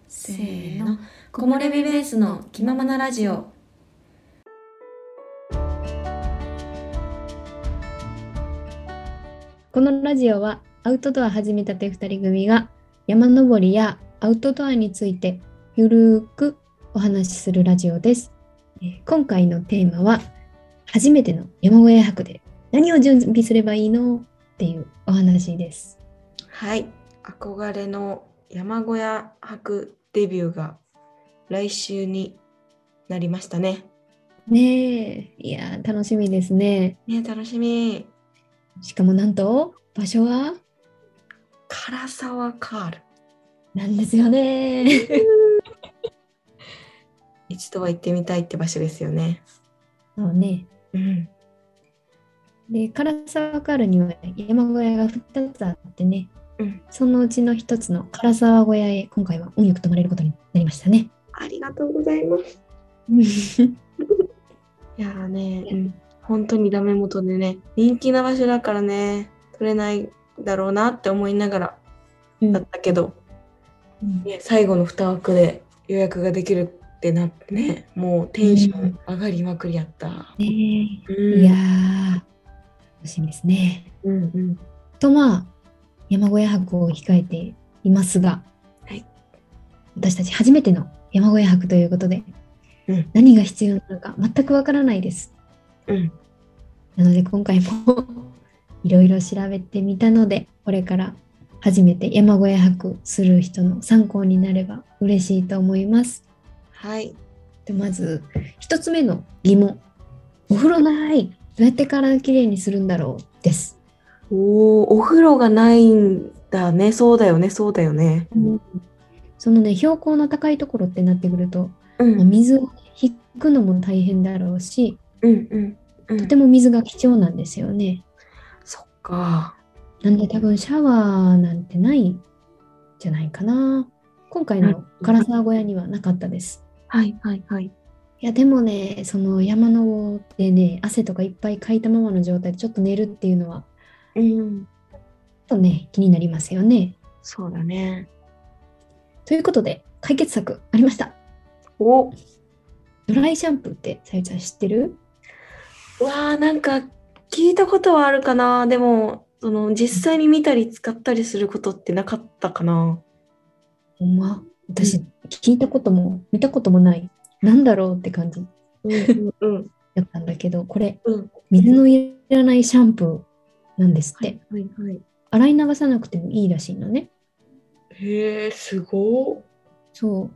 せーの、木漏れ日ベースの気ままなラジオ。 このラジオはアウトドア始めたて2人組が山登りやアウトドアについてゆるーくお話しするラジオです。今回のテーマは初めての山小屋泊で何を準備すればいいのっていうお話です。 はい、憧れの山小屋泊デビューが来週になりましたね。 ねえ、いやー楽しみですね。 ね、楽しみ。 しかもなんと場所は唐沢カール。 なんですよね。 一度は行ってみたいって場所ですよね。 そうね。 うん。 で、唐沢カールには山小屋が2つあってね、 うん。 そのうちの一つの唐沢小屋へ今回は運よく泊まれることになりましたね。 ありがとうございます。いやーね、本当にダメ元でね、人気な場所だからね、取れないだろうなって思いながらだったけど、ね、最後の2枠で予約ができるってなってね、もうテンション上がりまくりやった。 いやー、楽しみですね。と山小屋泊を控えていますが、 はい、 私たち初めての山小屋泊ということで、何が必要なのか全くわからないです。なので今回もいろいろ調べてみたので、これから初めて山小屋泊する人の参考になれば嬉しいと思います。 はい。 でまず一つ目の疑問。お風呂ない。どうやって体きれいにするんだろうです。 お風呂がないんだね。そうだよね。そうだよね。 そのね、標高の高いところってなってくると、水を引くのも大変だろうし、とても水が貴重なんですよね。 そっか。 なんで多分シャワーなんてないんじゃないかな。今回の唐沢小屋にはなかったです。 いやでもね、その山のでね、汗とかいっぱいかいたままの状態でちょっと寝るっていうのは、ちょっとね、気になりますよね。 そうだね。 ということで、解決策ありました。ドライシャンプーってさゆちゃん知ってる？ なんか聞いたことはあるかな。でも、実際に見たり使ったりすることってなかったかな。 私、聞いたことも見たこともない。なんだろうって感じやったんだけど、これ、水のいらないシャンプーなんですって。洗い流さなくてもいいらしいのね。 へえ、すごい。 そう。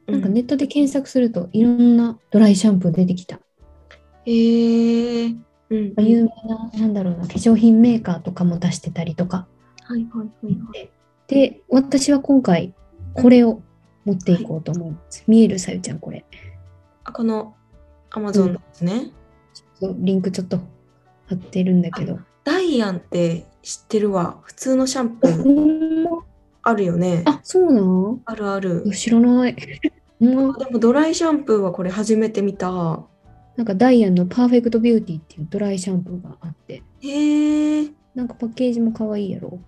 なんかネットで検索するといろんなドライシャンプー出てきた。 へえ。 有名な、なんだろうな、化粧品メーカーとかも出してたりとか。で、私は今回、これを持っていこうと思うんです。見えるさゆちゃん、これ。 この Amazon ですね。 リンクちょっと貼ってるんだけど。 ダイアンって知ってるわ。普通のシャンプーあるよね。 あ、そうなの？ あるある。 知らない。 でもドライシャンプーはこれ初めて見た。 なんかダイアンのパーフェクトビューティーっていうドライシャンプーがあって。 へえ。 なんかパッケージも可愛いやろ。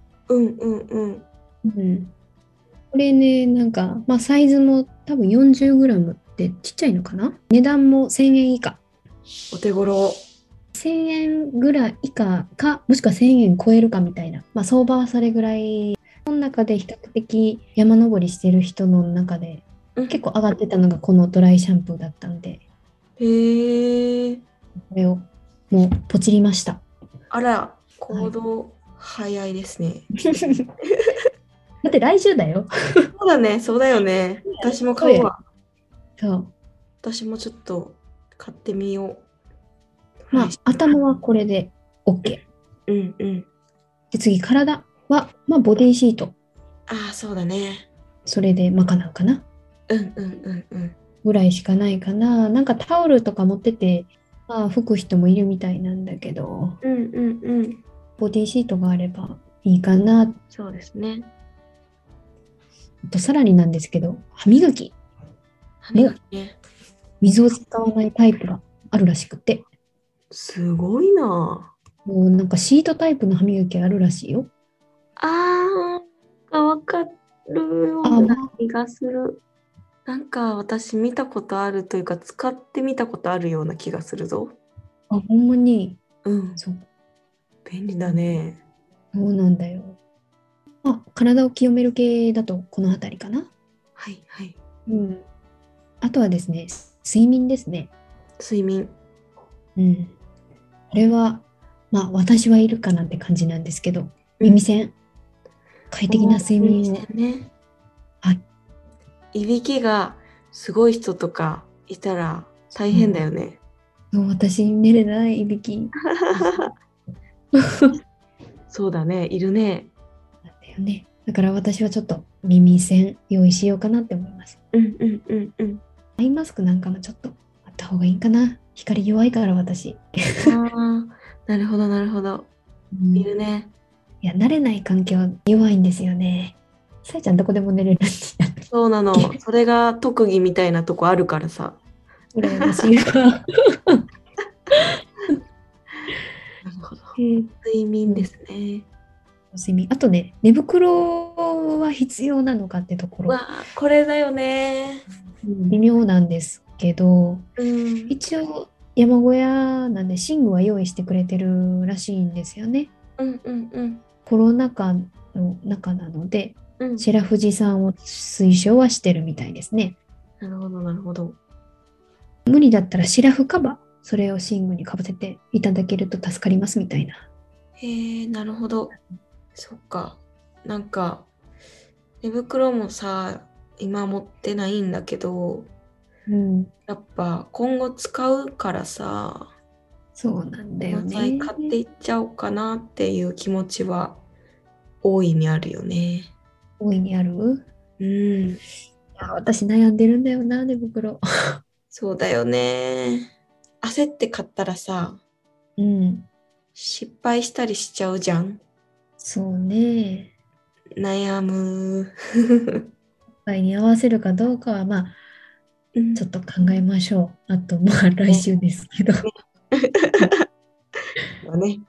これね、なんか、サイズも多分 40g ってちっちゃいのかな？値段も1000円以下。 お手頃。 1000円ぐらい以下か、もしくは1000円超えるかみたいな。相場はそれぐらい。この中で比較的山登りしてる人の中で、結構上がってたのがこのドライシャンプーだったんで。 へえ。 これをもうポチりました。 あら、行動早いですね。 だって来週だよ。 そうだね、そうだよね。私も買うわ。 そう。 私もちょっと買ってみよう。頭はこれで OK。で、次、体は、ボディシート。 そうだね。 それで賄うかな。ぐらいしかないかな。なんかタオルとか持ってて、拭く人もいるみたいなんだけど、ボディシートがあればいいかな。 そうですね。 あとさらになんですけど、歯磨き。水を使わないタイプがあるらしくて。 すごいな。 もうなんかシートタイプの歯磨きあるらしいよ。 分かっるような気がする。なんか私見たことあるというか、使ってみたことあるような気がするぞ。 あ、ほんまに。 うん。 そう。 便利だね。 そうなんだよ。あ、体を清める系だとこの辺りかな。 はいはい。 うん。あとはですね、睡眠ですね。 睡眠。 うん。これは、まあ私はいるかなって感じなんですけど、 うん耳栓。快適な睡眠を。 ね。 はい。 いびきがすごい人とかいたら大変だよね。 そう、私寝れない、いびき。 そうだね、いるね。 なんだよね。だから私はちょっと耳栓用意しようかなって思います。 うんうんうんうん。 アイマスクなんかもちょっとあった方がいいかな。光弱いから私。 ああ、なるほどなるほど。 うん、 いるね。 いや、慣れない環境弱いんですよね。さえちゃんどこでも寝れるんだっそうなの。 け。 それが特技みたいなとこあるからさ。 羨ましいわ。 なるほど。 えー睡眠でうん、 すね。 睡眠。あとね、寝袋は必要なのかってところ、 わあ、これだよね。 微妙なんですけど、 うん。 一応山小屋なんで寝具は用意してくれてるらしいんですよね。 うんうんうん。 コロナ禍の中なので、 うん。 シェラ富士山を推奨はしてるみたいですね。 なるほどなるほど。 無理だったらシラフカバー、それを寝具にかぶせていただけると助かりますみたいな。 へえ、なるほど。そっか。なんか、寝袋もさ、今持ってないんだけど、 うん、 やっぱ今後使うからさ、 そうなんだこよね。 の際買っていっちゃおうかなっていう気持ちは大いにあるよね。 大いにある。 うん。 私悩んでるんだよな、寝袋。 そうだよね。焦って買ったらさ、 うん、 失敗したりしちゃうじゃん。 そうね。 悩む。 場に合わせるかどうかは、まあ、 うん。 ちょっと考えましょう。あと、まあ、来ね。 週ですけど。 だね。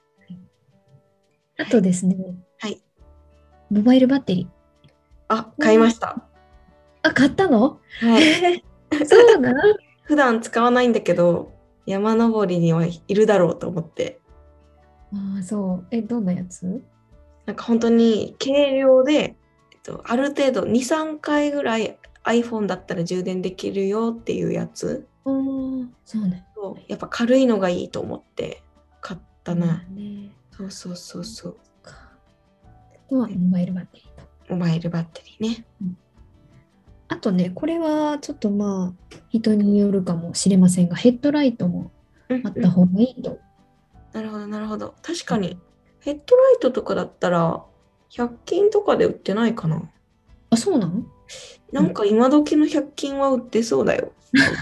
あはい。 とですね、 はい。 モバイルバッテリー。 あ、買いまこれ、 した。 あ、買ったの？ はい。 そうなの？ 普段使わないんだけど、山登りにはいるだろうと思って。 ああ、そう。どんなやつ？ なんか本当に軽量で、ある程度2、3回ぐらい iPhone だったら充電できるよっていうやつああ、そうね。 を、やっぱ軽いのがいいと思って買ったな。 ね。 そうそうそうそう。 あとはモバイルバッテリーと。 モバイルバッテリーね。 あとね、これはちょっとまあ、人によるかもしれませんが、ヘッドライトもうんうん。 あった方がいいと。 なるほどなるほど。確かにヘッドライトとかだったら100均とかで売ってないかな。 あ、そうなの？ なんか今時の100均は売ってそうだよ。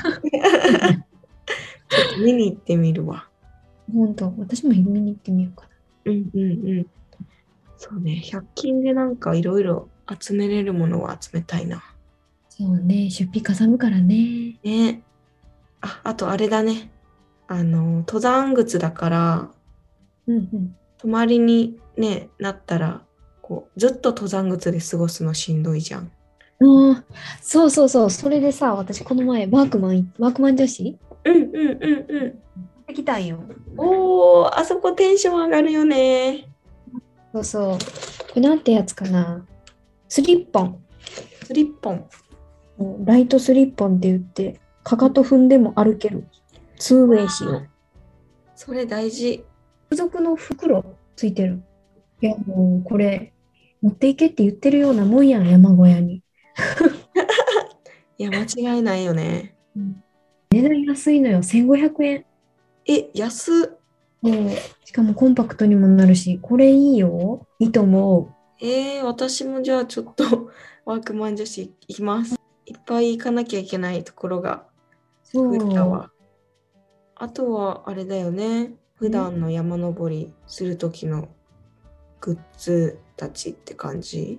ちょっと見に行ってみるわ。 本当、私も見に行ってみようかうんうんうん。そうね、100均でなんかいろいろ集めれるものは集めたいな。 な。そうね、出費かさむからね。 ね。あとあれだね。登山靴だから、 うんうん。 泊まりにね、なったら、こう、ずっと登山靴で過ごすのしんどいじゃん。 ああ、そうそうそう、それでさ、私この前、ワークマン女子うんうんうんうん。 行ってきたんよ。 おー、あそこテンション上がるよね。 そうそう。これなんてやつかな。スリッポン。 スリッポン。 ライトスリッポンって言って、かかと踏んでも歩ける。ツーウェイ仕様。 それ大事。 付属の袋ついてる。いや、もうこれ、持っていけって言ってるようなもんやん、山小屋に。 いや、間違いないよね。 値段安いのよ、1500円。 安っ。 もう、しかもコンパクトにもなるし、これいいよ。いいと思私もじゃあちょっとワークマン女子行きます。いっぱい行かなきゃいけないところがう。 増えたそわ。あとはあれだよね。普段の山登りする時のグッズたちって感じ。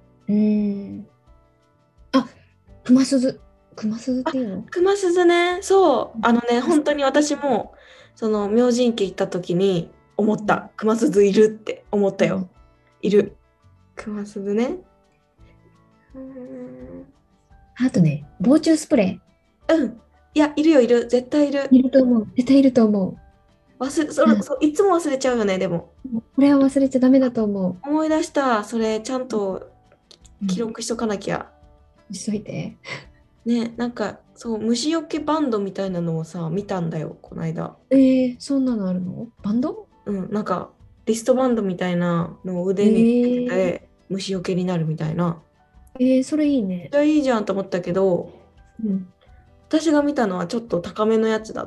あ、熊鈴。熊鈴っていうの？ 熊鈴ね。そう。本当に私も、その明神家行った時に思った。熊鈴いるって思ったよ。いる。熊鈴ね。 あとね、防虫スプレー。うん。いや、いるよ、いる。絶対いる。 いると思う。絶対いると思う。 いつも忘れちゃうよね、でも。 これは忘れちゃダメだと思う。 思い出した。それ、ちゃんと記録しとかなきゃ。 しといて。 ね、なんか、そう、虫除けバンドみたいなのをさ、見たんだよ、この間。 そんなのあるの？バンド？ うん、なんか、リストバンドみたいなのを腕につけて、虫除けになるみたいな。 それいいね。 じゃあいいじゃんと思ったけど、私が見たのはちょっと高めのやつだって。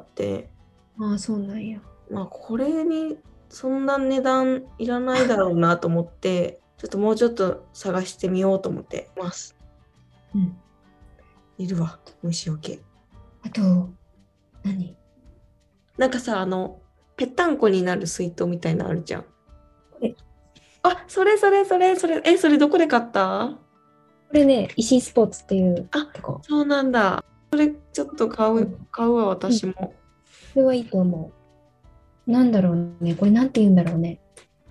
ああ、そうなんや。 まあ、これにそんな値段いらないだろうなと思って、ちょっともうちょっと探してみようと思ってます。いるわ、虫除け。 あと、何？ なんかさ、ぺったんこになる水筒みたいなのあるじゃん。あ、それ。それどこで買った？ これね、石井スポーツっていうとこ。そうなんだ。それちょっと買うわ、私も。これはいいと思う。なんだろうね、これなんて言うんだろうね。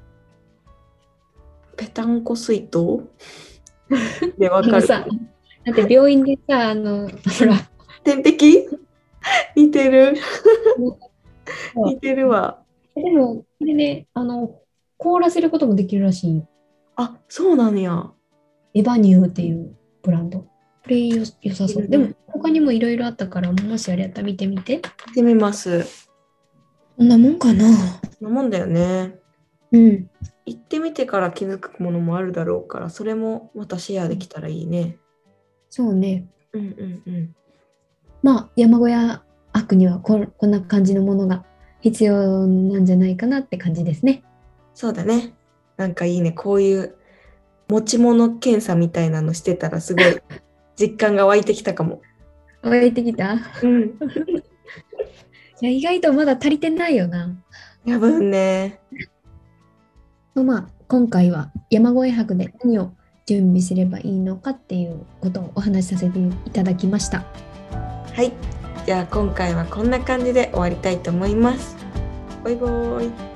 ぺたんこ水筒でわかる。 だって病院でさ、ほら。 点滴似てる。似てるわ。 でも、これね、凍らせることもできるらしいよ。 あ、そうなんや。 エバニューっていうブランド。これ良さそう。でも、他にもいろいろあったから、もしあれやったら見てみて。 見てみます。 こんなもんかな。 そんなもんだよね。 行ってみてから気づくものもあるだろうから、それもまたシェアできたらいいね。 そうね。まあ、山小屋悪にはこんな感じのものが必要なんじゃないかなって感じですね。 そうだね。なんかいいね。こういう持ち物検査みたいなのしてたらすごい実感が湧いてきたかも。 湧いてきた？いや、意外とまだ足りてないよな。 多分ね。 まあ、今回は山越え泊で何を準備すればいいのかっていうことをお話しさせていただきました。 はい。じゃあ今回はこんな感じで終わりたいと思います。バイバーイ。